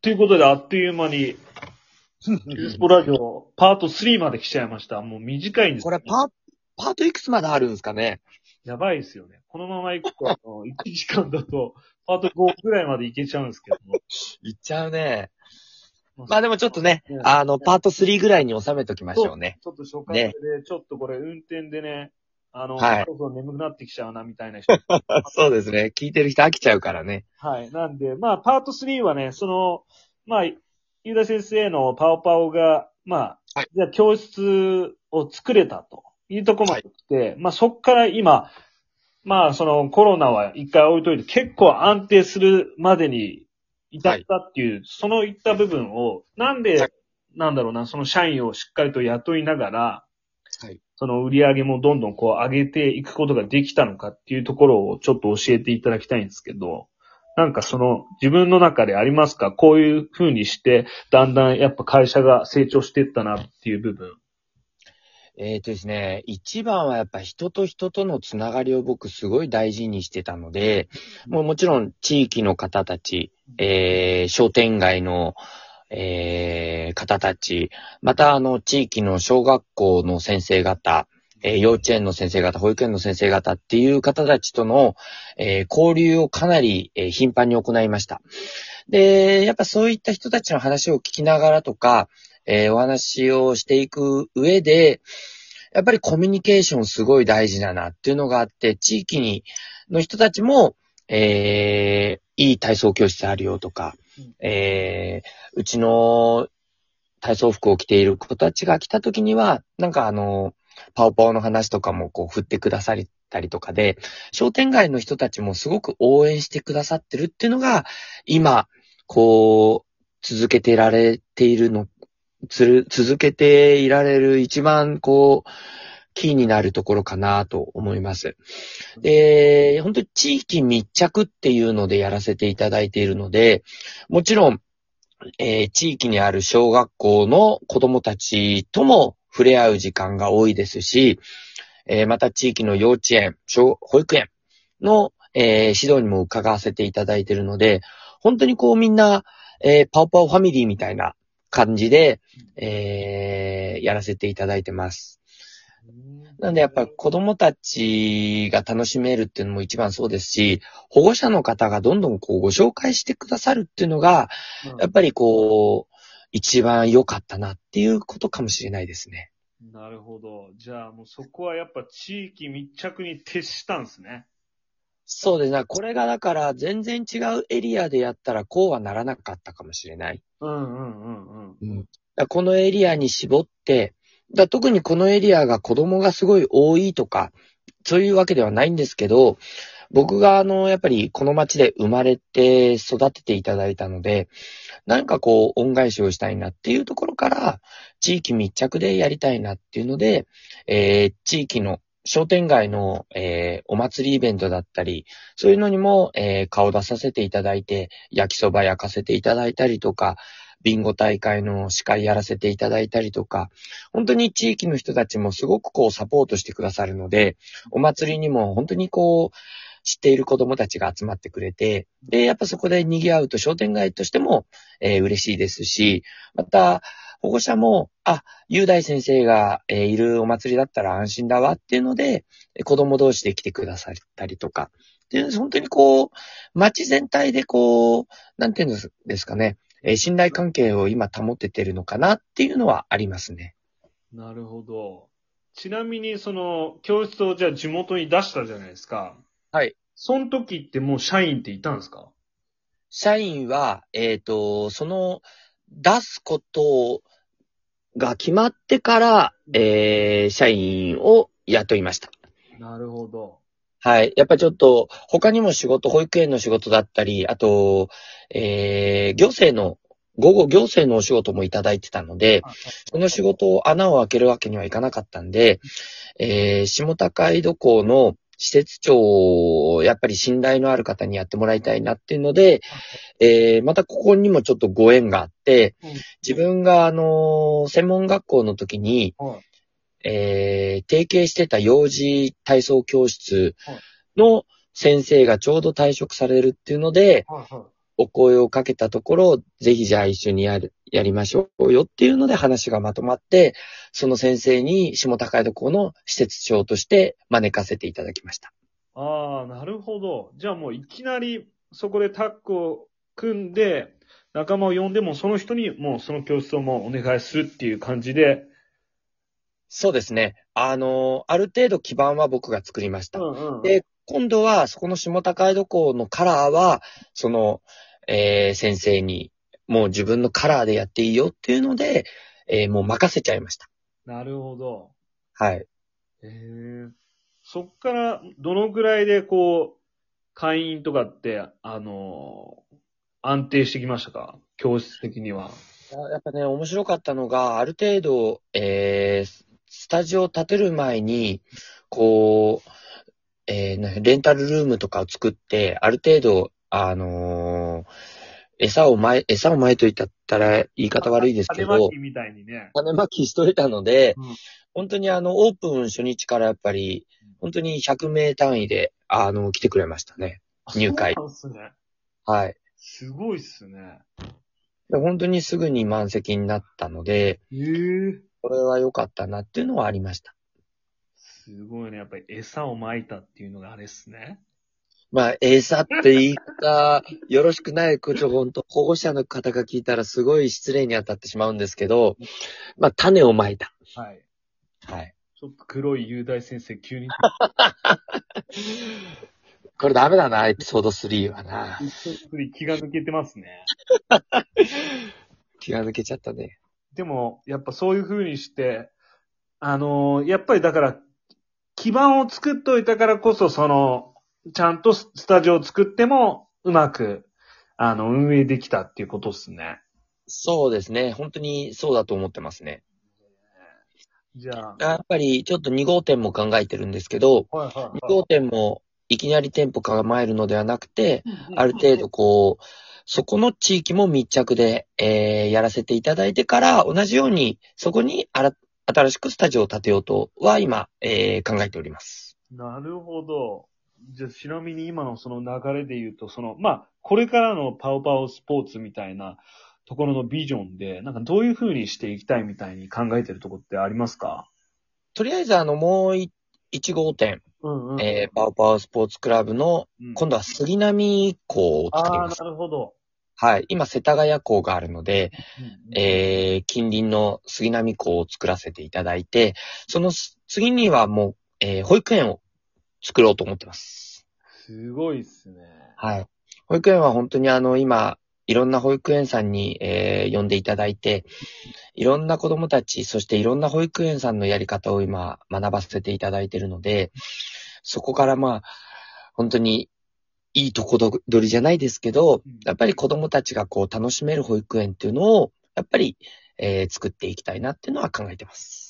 ということで、あっという間に、スポラジオパート3まで来ちゃいました。もう短いんですこれね。 パートいくつまであるんですかね？ やばいですよね。このまま行くと、1時間だと、パート5ぐらいまで行けちゃうんですけど。 いっちゃうね。 まあまあでもちょっとね、 ねパート3ぐらいに収めときましょうね。 ちょっと初回ね。 で、ちょっとこれ運転でね、 はい。 そろそろ眠くなってきちゃうな、みたいな人。 そうですね。聞いてる人飽きちゃうからね。 はい。なんで、まあ、パート3はね、まあ、ゆうだ先生のパオパオが、まあ、 はい。 じゃあ教室を作れたというところまはい。 で来て、まあ、そっから今、まあ、そのコロナは一回置いといて、結構安定するまでに至っはい。 たっていう、そのいった部分を、なんはい。 で、なんだろうな、その社員をしっかりと雇いながら、 はい。 その売り上げもどんどんこう上げていくことができたのかっていうところをちょっと教えていただきたいんですけど、なんかその自分の中でありますか？こういう風にして、だんだんやっぱ会社が成長していったなっていう部分。 ですね、一番はやっぱ人と人とのつながりを僕すごい大事にしてたので、もちろん地域の方たち、商店街の、方たち、また地域の小学校の先生方、幼稚園の先生方、保育園の先生方っていう方たちとの、交流をかなり、頻繁に行いました。で、やっぱそういった人たちの話を聞きながらとか、お話をしていく上で、やっぱりコミュニケーションすごい大事だなっていうのがあって、地域の人たちも、いい体操教室あるよとか、うちの体操服を着ている子たちが来た時には、なんかパオパオの話とかもこう振ってくださったりとかで、商店街の人たちもすごく応援してくださってるっていうのが、今、こう、続けてられているの、続けていられる一番こう、キーになるところかなと思います。で、本当に地域密着っていうのでやらせていただいているので、もちろん、地域にある小学校の子どもたちとも触れ合う時間が多いですし、また地域の幼稚園、保育園の、指導にも伺わせていただいているので、本当にこうみんな、パオパオファミリーみたいな感じで、やらせていただいてます。なんでやっぱり子供たちが楽しめるっていうのも一番そうですし、保護者の方がどんどんこうご紹介してくださるっていうのが、やっぱりこう、一番良かったなっていうことかもしれないですね。 なるほど。じゃあもうそこはやっぱ地域密着に徹したんですね。 そうですね。これがだから全然違うエリアでやったらこうはならなかったかもしれない。 うんうんうんうん。 うん。このエリアに絞って、特にこのエリアが子供がすごい多いとか、そういうわけではないんですけど、僕がやっぱりこの町で生まれて育てていただいたので、なんかこう恩返しをしたいなっていうところから、地域密着でやりたいなっていうので、地域の商店街の、お祭りイベントだったり、そういうのにも、顔出させていただいて、焼きそば焼かせていただいたりとか、ビンゴ大会の司会やらせていただいたりとか、本当に地域の人たちもすごくこうサポートしてくださるので、お祭りにも本当にこう、知っている子供たちが集まってくれて、で、やっぱそこで賑わうと商店街としても、嬉しいですし、また、保護者も、雄大先生が、いるお祭りだったら安心だわっていうので、子供同士で来てくださったりとか、で、本当にこう、街全体でこう、なんていうんですかね、信頼関係を今保ててるのかなっていうのはありますね。 なるほど。ちなみにその教室をじゃあ地元に出したじゃないですか。 はい。 その時ってもう社員っていたんですか？ 社員は、出すことが決まってから、社員を雇いました。 なるほど。 はい。やっぱちょっと、他にも仕事、保育園の仕事だったり、あと、午後行政のお仕事もいただいてたので、その仕事を穴を開けるわけにはいかなかったんで、下高井戸港の施設長をやっぱり信頼のある方にやってもらいたいなっていうので、またここにもちょっとご縁があって、自分が専門学校の時に、提携してた幼児体操教室の先生がちょうど退職されるっていうので、 お声をかけたところ、ぜひじゃあ一緒にやりましょうよっていうので話がまとまって、その先生に下高井戸校の施設長として招かせていただきました。 ああ、なるほど。じゃあもういきなりそこでタッグを組んで、仲間を呼んでもその人にもうその教室をもうお願いするっていう感じで。 そうですね。ある程度基盤は僕が作りました。 うんうん。 で、今度はそこの下高井戸校のカラーは、その、先生にもう自分のカラーでやっていいよっていうので、もう任せちゃいました。 なるほど。 はい。 へえ。そっからどのぐらいでこう、会員とかって、安定してきましたか？教室的には。 やっぱね、面白かったのが、ある程度、スタジオを建てる前に、こう、レンタルルームとかを作って、ある程度、餌をまいといたったら言い方悪いですけど、 種まきみたいにね。 種まきしといたので、 うん。 本当にオープン初日からやっぱり、本当に100名単位で、来てくれましたね。入会。 そうなんすね。 はい。 すごいっすね。 で本当にすぐに満席になったので、 へえ。 これは良かったなっていうのはありました。 すごいね。やっぱり餌をまいたっていうのがあれっすね。 まあ、餌って言い方、よろしくない口調、本当保護者の方が聞いたらすごい失礼に当たってしまうんですけど、まあ、種をまいた。 はい。 はい。 ちょっと黒い雄大先生急に。 これダメだな、エピソード3はな。 気が抜けてますね。 気が抜けちゃったね。 でも、やっぱそういう風にして、やっぱりだから、基盤を作っといたからこそ、ちゃんとスタジオを作っても、うまく、運営できたっていうことですね。 そうですね。本当にそうだと思ってますね。 じゃあ、 やっぱりちょっと2号店も考えてるんですけど、2 はいはいは号店もいきなり店舗構えるのではなくて、 い。 ある程度こう、そこの地域も密着で、やらせていただいてから、同じように、そこに新しくスタジオを建てようとは今、考えております。 なるほど。じゃあ、ちなみに今のその流れで言うと、まあ、これからのパオパオスポーツみたいなところのビジョンで、なんかどういう風にしていきたいみたいに考えてるところってありますか？ とりあえずもう1号店、 うんうん。 パウパウスポーツクラブの、 うん、 今度は杉並港を作りああ、 ます。 なるほど。 はい。今、世田谷港があるので、 うんうん、 近隣の杉並港を作らせていただいて、その次にはもう、保育園を作ろうと思ってます。 すごいっすね。 はい。保育園は本当に今、いろんな保育園さんに、呼んでいただいて、いろんな子供たち、そしていろんな保育園さんのやり方を今、学ばせていただいているので、そこからまあ、本当にいいとこ取りじゃないですけど、やっぱり子供たちがこう楽しめる保育園っていうのを、やっぱり、作っていきたいなっていうのは考えてます。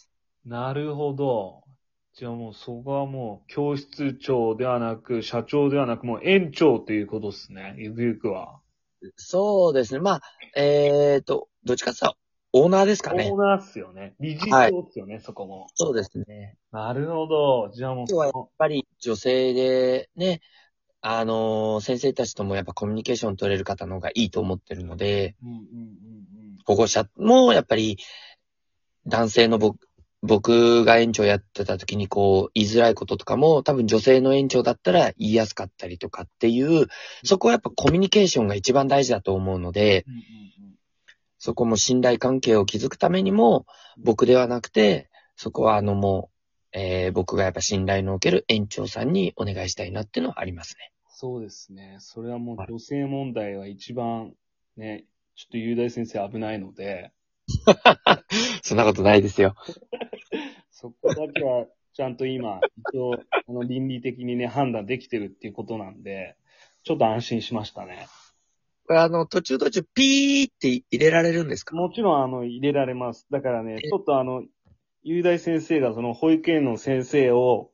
なるほど。じゃあもうそこはもう教室長ではなく、社長ではなく、もう園長ということですね。ゆくゆくは。 そうですね。まあ、どっちかっていうと、オーナーですかね。 オーナーっすよね。理事はい。 長っすよね、そこも。 そうですね。 なるほど。じゃあもう今日はやっぱり女性でね、先生たちともやっぱコミュニケーション取れる方の方がいいと思ってるので、 うんうんうん保護者もやっぱり男性の僕が園長やってた時にこう言いづらいこととかも多分女性の園長だったら言いやすかったりとかっていう、そこはやっぱコミュニケーションが一番大事だと思うので、 うん。うんうんうん。 そこも信頼関係を築くためにも僕ではなくて、そこはもう、僕がやっぱ信頼のおける園長さんにお願いしたいなっていうのはありますね。 そうですね。それはもうはい女性問題は一番ね、ちょっと雄大先生危ないので、 そんなことないですよ。 そこだけはちゃんと今、一応、倫理的にね、判断できてるっていうことなんで、ちょっと安心しましたね。 これ途中ピーって入れられるんですか？ もちろん、入れられます。だからね、ちょっと雄大先生がその保育園の先生を、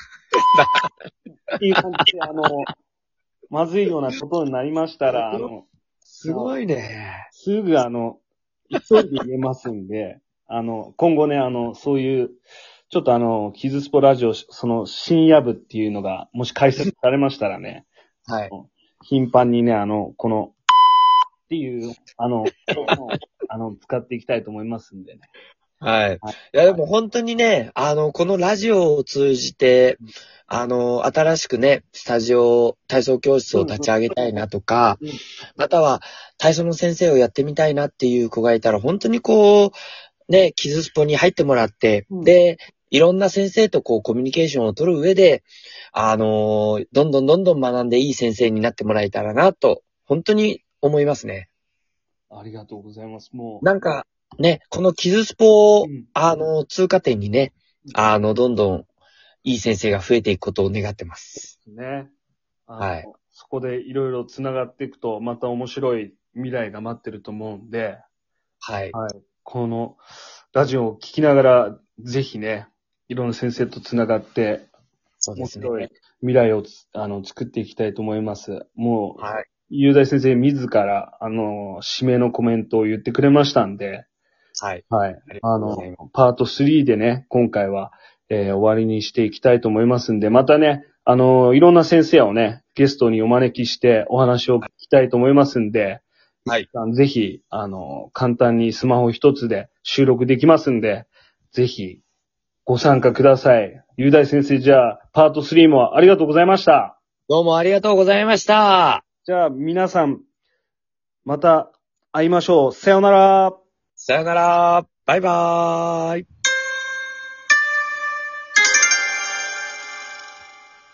っていう感じで、まずいようなことになりましたら、 すごいね。 すぐ急いで言えますんで、今後ね、そういう、ちょっとキズスポラジオ、その深夜部っていうのが、もし開設されましたらね、 はい。 頻繁にね、この、 っていう、使っていきたいと思いますんでね。 はい。いはいや、でも本当にね、このラジオを通じて、新しくね、スタジオ、体操教室を立ち上げたいなとか、 うんまたは体操の先生をやってみたいなっていう子がいたら、本当にこう、ね、キズスポに入ってもらって、 うんで、いろんな先生とこうコミュニケーションを取る上で、どんどん学んでいい先生になってもらえたらなと、本当に思いますね。 ありがとうございます。もなんか、ね、このキズスポう、 を、 うん通過点にね、どんどんいい先生が増えていくことを願ってます。 ね。 はい。 そこでいろいろ繋がっていくと、また面白い未来が待ってると思うんで、 はい。 はい。このラジオを聞きながら、ぜひね、いろんな先生と繋がって、 そうですね。 面白い未来を作っていきたいと思います。もう、 はい。 雄大先生自ら、指名のコメントを言ってくれましたんで、 はい。 はい。 ありがとうございます。 パート3でね、今回は、終わりにしていきたいと思いますんで、またね、いろんな先生をね、ゲストにお招きしてお話を聞きたいと思いますんで、 はい。 ぜひ、簡単にスマホ一つで収録できますんで、ぜひ、ご参加ください。雄大先生、じゃあ、パート3もありがとうございました。 どうもありがとうございました。 じゃあ、皆さん、また会いましょう。さようなら。 さよなら。バイバーイ。